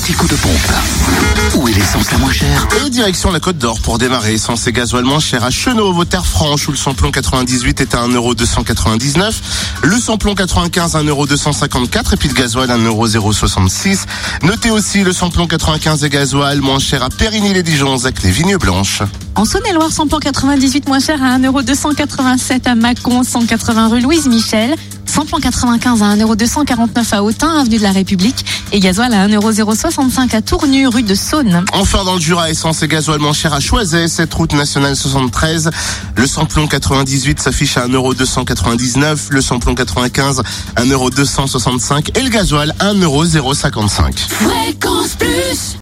petit coup de pompe. Où est l'essence la moins chère? Et direction la Côte d'Or pour démarrer. Essence et gasoil moins cher à Chenaux, vos terres franches, où le samplon 98 est à 1,299 €. Le samplon 95 à 1,254 € et puis le gasoil 1,066 €. Notez aussi le samplon 95 et gasoil moins cher à Périgny-les-Dijon, avec les Vignes Blanches. En Saône-et-Loire, samplon 98 moins cher à 1,287 € à Mâcon, 180 rue Louise Michel. Samplon 95 à 1,249 € à Autun, avenue de la République. Et gasoil à 1,065 € à Tournu, rue de Saône. Enfin dans le Jura, essence et gasoil moins cher à Choiset, cette route nationale 73. Le samplon 98 s'affiche à 1,299 €, le samplon 95 1,265 € et le gasoil 1,055 €. Fréquence Plus.